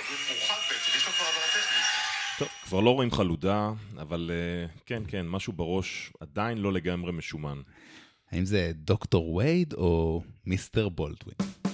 בולדווין מורחק בעצם, יש לו כבר עבירה טכנית. טוב, כבר לא רואים חלודה, אבל כן, כן, משהו בראש עדיין לא לגמרי משומן. האם זה דוקטור וייד או מיסטר בולדווין?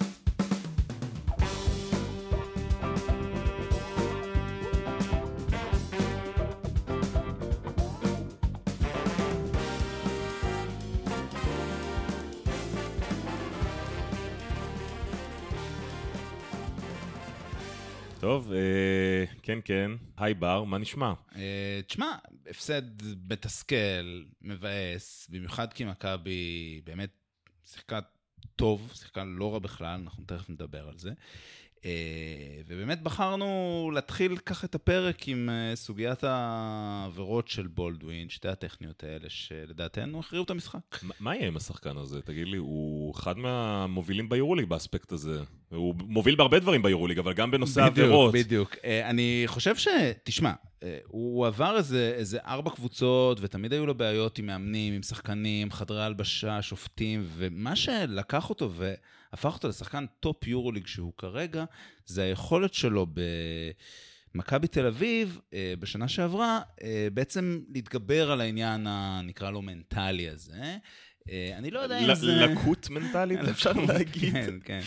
טוב, כן, כן. היי בר, מה נשמע? תשמע, הפסד מתסכל, מבאס, במיוחד כי מכבי באמת שיחקה טוב, שיחקה לא רע בכלל, אנחנו תכף נדבר על זה. ובאמת בחרנו להתחיל ככה את הפרק עם סוגיית העבירות של בולדווין, שתי הטכניות האלה שלדעתנו הכריעו את המשחק. מה יהיה עם השחקן הזה? תגיד לי, הוא אחד מהמובילים ביורוליג באספקט הזה. הוא מוביל בהרבה דברים ביורוליג, אבל גם בנושא העבירות. בדיוק. אני חושב תשמע, הוא עבר איזה 4 קבוצות, ותמיד היו לו בעיות עם מאמנים, עם שחקנים, חדרי הלבשה, שופטים, ומה שלקח אותו והפך אותו לשחקן טופ יורוליג שהוא כרגע, זה היכולת שלו במכבי תל אביב, בשנה שעברה, בעצם להתגבר על העניין הנקרא לו מנטלי הזה. אני לא יודע אם זה... לקות מנטלית, אפשר להגיד. כן, כן.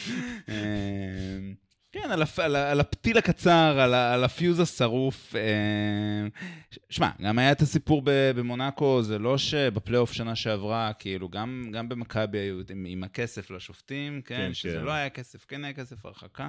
כן, על הפתיל הקצר, על הפיוז השרוף. שמע, גם היה את הסיפור במונאקו, זה לא שבפלייאוף שנה שעברה, כאילו, גם במכבי היו עם הכסף לשופטים, כן, שזה לא היה כסף, כן היה כסף, הרחקה.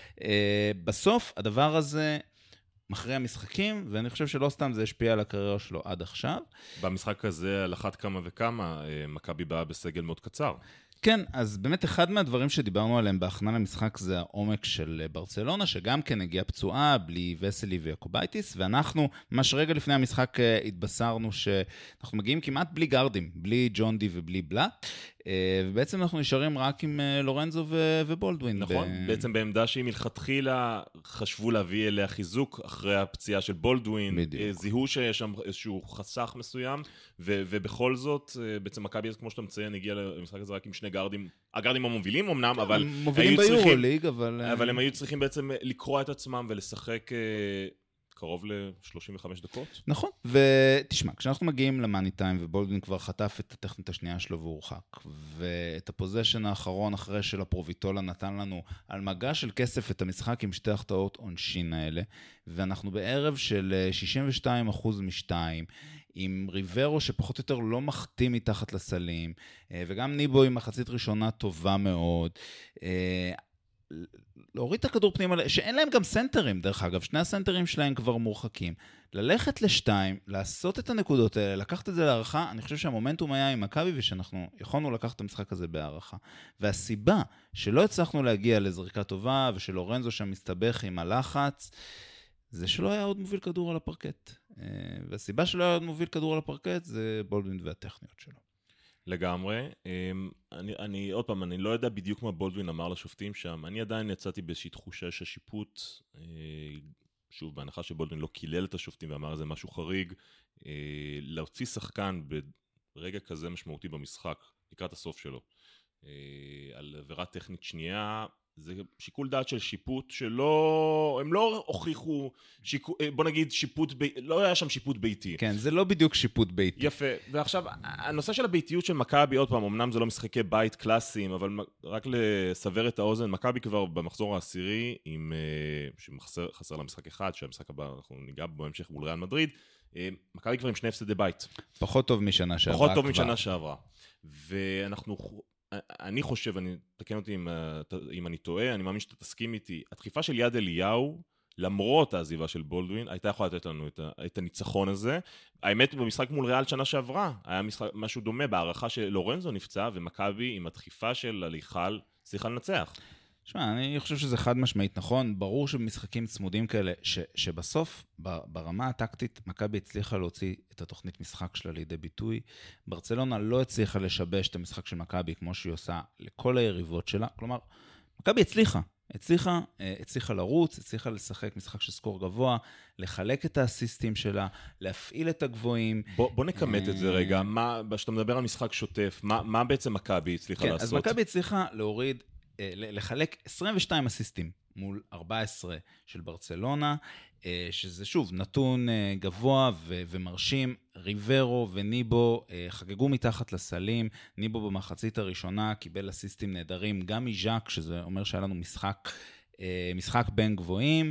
בסוף, הדבר הזה מכריע משחקים, ואני חושב שלא סתם זה השפיע על הקריירה שלו עד עכשיו. במשחק הזה, על אחת כמה וכמה, מכבי באה בסגל מאוד קצר. כן, אז באמת אחד מהדברים שדיברנו עליהם בהכנה למשחק זה העומק של ברצלונה, שגם כן הגיעה פצועה, בלי וסלי ויקובייטיס, ואנחנו ממש רגע לפני המשחק התבשרנו שאנחנו מגיעים כמעט בלי גרדים, בלי ג'ון די ובלי בלאט, ובעצם אנחנו נשארים רק עם לורנזו ובולדווין. נכון, בעצם בעמדה שהיא מלכתחילה חשבו להביא אליה חיזוק אחרי הפציעה של בולדווין, זיהו שיש שם איזשהו חסך מסוים, ובכל זאת, בעצם מכבי, כמו שאתה מציין, הגיע למשחק הזה רק עם 2 גרדים, הגרדים המובילים אמנם, אבל מובילים ביורוליג, אבל הם היו צריכים בעצם לקרוא את עצמם ולשחק קרוב ל-35 דקות. נכון, ותשמע, כשאנחנו מגיעים למאני טיים ובולדווין כבר חטף את הטכנית השנייה שלו והורחק, ואת הפוזיישן האחרון אחרי של הפרוביטולה נתן לנו על מגע של כסף את המשחק עם 2 החטאות עונשין האלה, ואנחנו בערב של 62% משתיים, עם ריברו שפחות או יותר לא מחתים מתחת לסלים, וגם ניבו עם מחצית ראשונה טובה מאוד, להוריד את הכדור פנימה, שאין להם גם סנטרים, דרך אגב, 2 הסנטרים שלהם כבר מורחקים, ללכת ל2, לעשות את הנקודות האלה, לקחת את זה להערכה, אני חושב שהמומנטום היה עם מכבי, ושאנחנו יכולנו לקחת את המשחק הזה בהערכה. והסיבה שלא הצלחנו להגיע לזריקה טובה, ושלורנזו שם מסתבך עם הלחץ, זה שלא היה עוד מוביל כדור על הפרקט. והסיבה שלא היה עוד מוביל כדור על הפרקט, זה בולדווין והטכניות שלו. לגמרי. אני עוד פעם, אני לא יודע בדיוק מה בולדווין אמר לשופטים שם. אני עדיין יצאתי באיזושהי תחושה שהשיפוט, שוב, בהנחה שבולדווין לא קילל את השופטים ואמר איזה משהו חריג, להוציא שחקן ברגע כזה משמעותי במשחק, לקראת הסוף שלו, על עבירה טכנית שנייה, זה שיקול דעת של שיפוט שלא, הם לא הוכיחו, בוא נגיד שיפוט, לא היה שם שיפוט ביתי. כן, זה לא בדיוק שיפוט ביתי. יפה, ועכשיו, הנושא של הביתיות של מכבי, עוד פעם, אמנם זה לא משחקי בית קלאסיים, אבל רק לסבר את האוזן, מכבי כבר במחזור העשירי, שחסר למשחק אחד, שהמשחק הבא אנחנו ניגע בהמשך מול ריאל מדריד, מכבי כבר עם 2 הפסדי בית. פחות טוב משנה שעברה. פחות טוב משנה שעברה. ואנחנו... אני חושב, תקן אותי אם אני טועה, אני מאמין שאתה תסכים איתי, הדחיפה של יד אליהו, למרות העזיבה של בולדווין, הייתה יכולה לתת לנו את הניצחון הזה. האמת, במשחק מול ריאל שנה שעברה, היה משהו דומה בהערכה של לורנזו נפצע, ומכבי עם הדחיפה של הליכל, צריכה לנצח. שמע, אני חושב שזה חד משמעית נכון, ברור שבמשחקים צמודים כאלה, שבסוף, ברמה הטקטית, מכבי הצליחה להוציא את התוכנית משחק שלה לידי ביטוי, ברצלונה לא הצליחה לשבש את המשחק של מכבי, כמו שהיא עושה לכל היריבות שלה, כלומר, מכבי הצליחה לרוץ, הצליחה לשחק משחק של סקור גבוה, לחלק את האסיסטים שלה, להפעיל את הגבוהים. בוא נקמת את זה רגע, כשאתה מדבר על משחק שוטף, מה בעצם מכבי הצליחה לעשות? אז מכבי הצליחה להוריד, לחלק 22 אסיסטים מול 14 של ברצלונה, שזה שוב נתון גבוה ומרשים. ריברו וניבו חגגו מתחת לסלים, ניבו במחצית הראשונה קיבל אסיסטים נהדרים, גם מז'אק, שזה אומר שהיה לנו משחק בין גבוהים,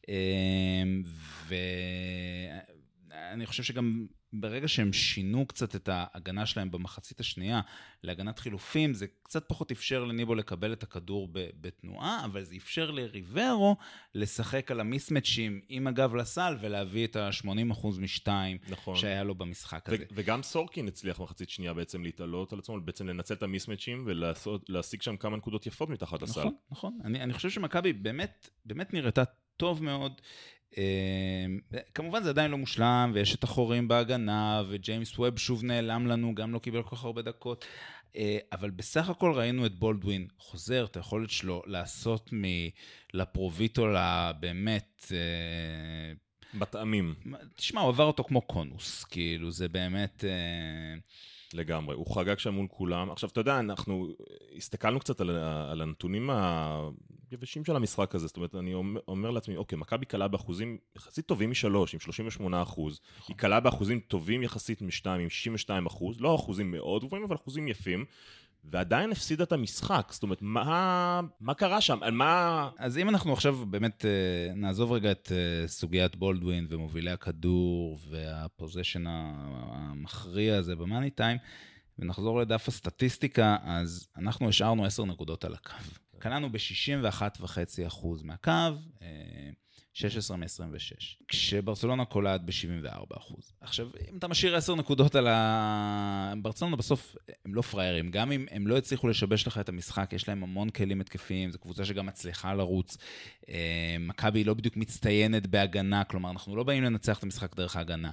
ואני חושב שגם ברגע שהם שינו קצת את ההגנה שלהם במחצית השנייה להגנת חילופים, זה קצת פחות אפשר לניבו לקבל את הכדור בתנועה, אבל זה אפשר לריברו לשחק על המיסמצ'ים עם הגב לסל, ולהביא את ה-80% משתיים נכון. שהיה לו במשחק הזה. וגם סורקין הצליח מחצית שנייה בעצם להתעלות על עצמו, בעצם לנצל את המיסמצ'ים ולהשיג שם כמה נקודות יפות מתחת לסל. נכון, נכון. אני חושב שמכבי באמת נראתה טוב מאוד. כמובן זה עדיין לא מושלם, ויש את החורים בהגנה, וג'יימס ווב שוב נעלם לנו, גם לא קיבל כל כך הרבה דקות, אבל בסך הכל ראינו את בולדווין חוזר, את היכולת שלו לעשות לפרוביטו באמת בטעמים. תשמע, הוא עבר אותו כמו קונוס, כאילו זה באמת לגמרי, הוא חגג שם מול כולם. עכשיו, אתה יודע, אנחנו הסתכלנו קצת על הנתונים היבשים של המשחק הזה, זאת אומרת, אני אומר לעצמי, אוקיי, מכבי קלה באחוזים יחסית טובים מ-3, עם 38%, היא קלה באחוזים טובים יחסית מ-2, עם 62%, לא אחוזים מאוד גבוהים, אבל אחוזים יפים, ועדיין הפסידה את המשחק, זאת אומרת, מה קרה שם? אז אם אנחנו עכשיו באמת נעזוב רגע את סוגיית בולדווין ומובילי הכדור והפוזיישן המכריע הזה במאני טיים, ונחזור לדף הסטטיסטיקה, אז אנחנו השארנו 10 נקודות על הקו. קלענו ב-61.5% מהקו, 16 מ-26, כשברצלונה קולעת ב-74%. עכשיו, אם אתה משאיר 10 נקודות על ברצלונה, בסוף הם לא פריירים. גם אם הם לא הצליחו לשבש לך את המשחק, יש להם המון כלים התקפיים, זו קבוצה שגם מצליחה לרוץ. מכבי לא בדיוק מצטיינת בהגנה, כלומר, אנחנו לא באים לנצח את המשחק דרך ההגנה.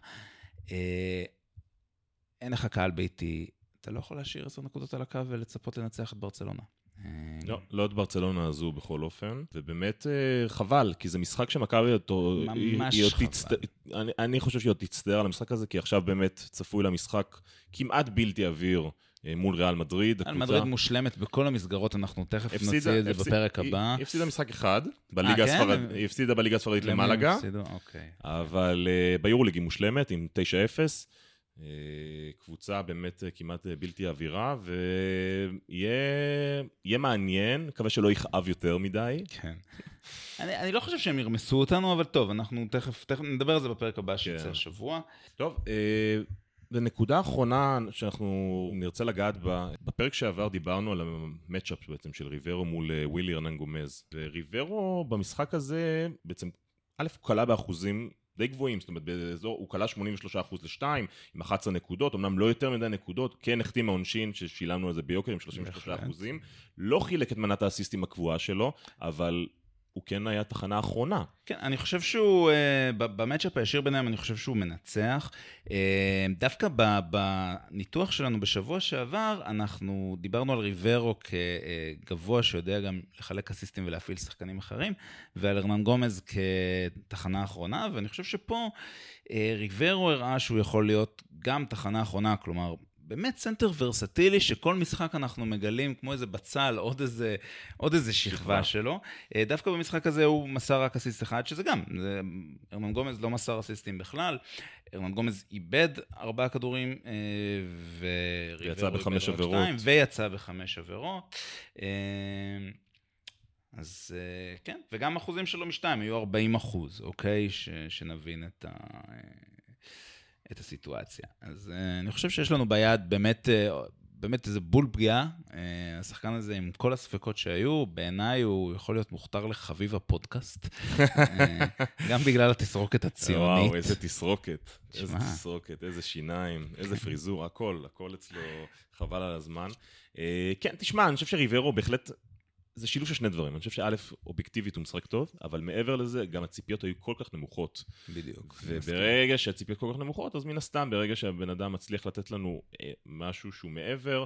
אין לך קהל ביתי, אתה לא יכול להשאיר 10 נקודות על הקו ולצפות לנצח את ברצלונה. לא את ברצלונה הזו בכל אופן, ובאמת חבל, כי זה משחק שמכבי אותו, ממש חבל. אני חושב שהיא עוד תצטער על המשחק הזה, כי עכשיו באמת צפוי למשחק כמעט בלתי אוויר מול ריאל מדריד. ריאל מדריד מושלמת בכל המסגרות, אנחנו תכף נוציא את זה בפרק הבא. היא הפסידה משחק אחד, היא הפסידה בליגה הספרדית למלאגה, אבל ביורוליג היא מושלמת עם 9-0, קבוצה באמת כמעט בלתי אווירה, ויהיה מעניין, מקווה שלא יכאב יותר מדי. כן. אני לא חושב שהם ירמסו אותנו, אבל טוב, אנחנו תכף נדבר על זה בפרק הבא שיצא השבוע. טוב, ונקודה האחרונה שאנחנו נרצה לגעת בה, בפרק שעבר דיברנו על המאצ'אפ בעצם של ריברו מול ווילי הרנן גומז, וריברו במשחק הזה בעצם, א' הוא קלה באחוזים די גבוהים, זאת אומרת, באזור, הוא קלה 83% ל-2, עם 11 נקודות, אמנם לא יותר מדי נקודות, כן החתים העונשין ששילמנו על זה ביוקר עם 33%, לא חילק את מנת האסיסטים הקבועה שלו, אבל הוא כן היה תחנה האחרונה. כן, אני חושב שהוא, במאצ'אפ הישיר ביניהם, אני חושב שהוא מנצח. דווקא בניתוח שלנו בשבוע שעבר, אנחנו דיברנו על ריברו כגבוה שיודע גם לחלק אסיסטים ולהפעיל שחקנים אחרים, ועל הרנן גומז כתחנה האחרונה, ואני חושב שפה ריברו הראה שהוא יכול להיות גם תחנה האחרונה, כלומר, באמת סנטר ורסטילי שכל משחק אנחנו מגלים כמו איזה בצל, עוד איזה שכבה שלו. דווקא במשחק הזה הוא מסר רק אסיסט אחד, שזה גם, הרנן גומז לא מסר אסיסטים בכלל, הרנן גומז איבד 4 כדורים, ויצא ב5 עבירות. ויצא ב5 עבירות. אז כן, וגם אחוזים שלו משתיים, היו 40%, אוקיי? שנבין את הסיטואציה. אז אני חושב שיש לנו ביד באמת איזה בול פגיעה. השחקן הזה עם כל הספקות שהיו, בעיניי הוא יכול להיות מוכתר לחביב הפודקאסט. גם בגלל התסרוקת הציונית. וואו, איזה תסרוקת. איזה תסרוקת, איזה שיניים, איזה פריזור, הכל אצלו חבל על הזמן. כן, תשמע, אני חושב שריברו בהחלט זה שילוב של שני דברים. אני חושב שא' אובייקטיבית הוא משחק טוב, אבל מעבר לזה, גם הציפיות היו כל כך נמוכות. בדיוק. וברגע שהציפיות כל כך נמוכות, אז מן הסתם, ברגע שהבן אדם מצליח לתת לנו משהו שהוא מעבר,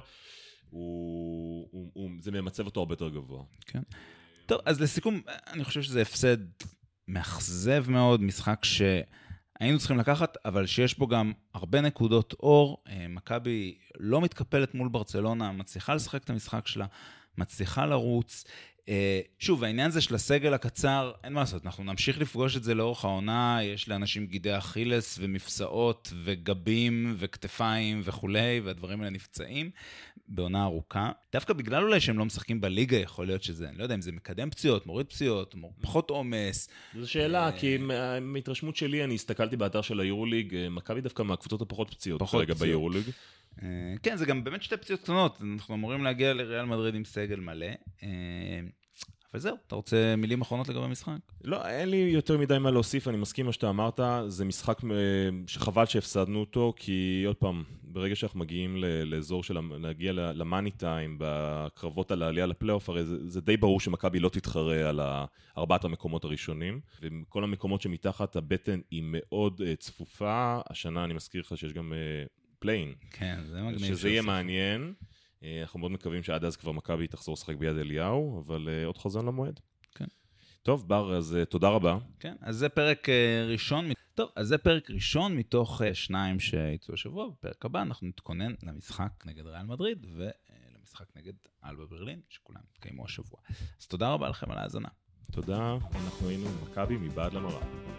זה ממצב אותו הרבה יותר גבוה. כן. טוב, אז לסיכום, אני חושב שזה הפסד מאכזב מאוד, משחק שהיינו צריכים לקחת, אבל שיש בו גם הרבה נקודות אור. מכבי לא מתקפלת מול ברצלונה, מצליחה לשחק את המשחק שלה, מצליחה לרוץ. שוב, העניין זה של הסגל הקצר, אין מה לעשות, אנחנו נמשיך לפגוש את זה לאורך העונה, יש לאנשים גידי אכילס ומפסעות וגבים וכתפיים וכולי, והדברים האלה נפצעים בעונה ארוכה. דווקא בגלל אולי שהם לא משחקים בליגה, יכול להיות שזה, אני לא יודע אם זה מקדם פציעות, מוריד פציעות, פחות עומס. זו שאלה, כי מהתרשמות שלי, אני הסתכלתי באתר של היורוליג, מכבי דווקא מהקבוצות הפחות פציעות כרגע ביורוליג. כן, זה גם באמת שתי פציעות קטנות, אנחנו אמורים להגיע לריאל מדריד עם סגל מלא. אבל זהו, אתה רוצה מילים אחרונות לגבי המשחק? לא, אין לי יותר מדי מה להוסיף, אני מסכים מה שאתה אמרת, זה משחק שחבל שהפסדנו אותו, כי עוד פעם, ברגע שאנחנו מגיעים לאזור של להגיע למאני טיים, בקרבות על העלייה לפלייאוף, הרי זה די ברור שמכבי לא תתחרה על ארבעת המקומות הראשונים, וכל המקומות שמתחת הבטן היא מאוד צפופה, השנה אני מזכיר לך שיש גם פליין. כן, זה מגניב. שזה יהיה מעניין. אנחנו מאוד מקווים שעד אז כבר מכבי תחזור לשחק ביד אליהו, אבל עוד חזון למועד. כן. טוב, בר, אז תודה רבה. כן, אז זה פרק ראשון. טוב, אז זה פרק ראשון מתוך 2 שיצאו השבוע. בפרק הבא אנחנו נתכונן למשחק נגד ריאל מדריד, ולמשחק נגד אלבה ברלין, שכולם התקיימו השבוע. אז תודה רבה לכם על ההאזנה. תודה, אנחנו היינו מכבי מבעד למראה.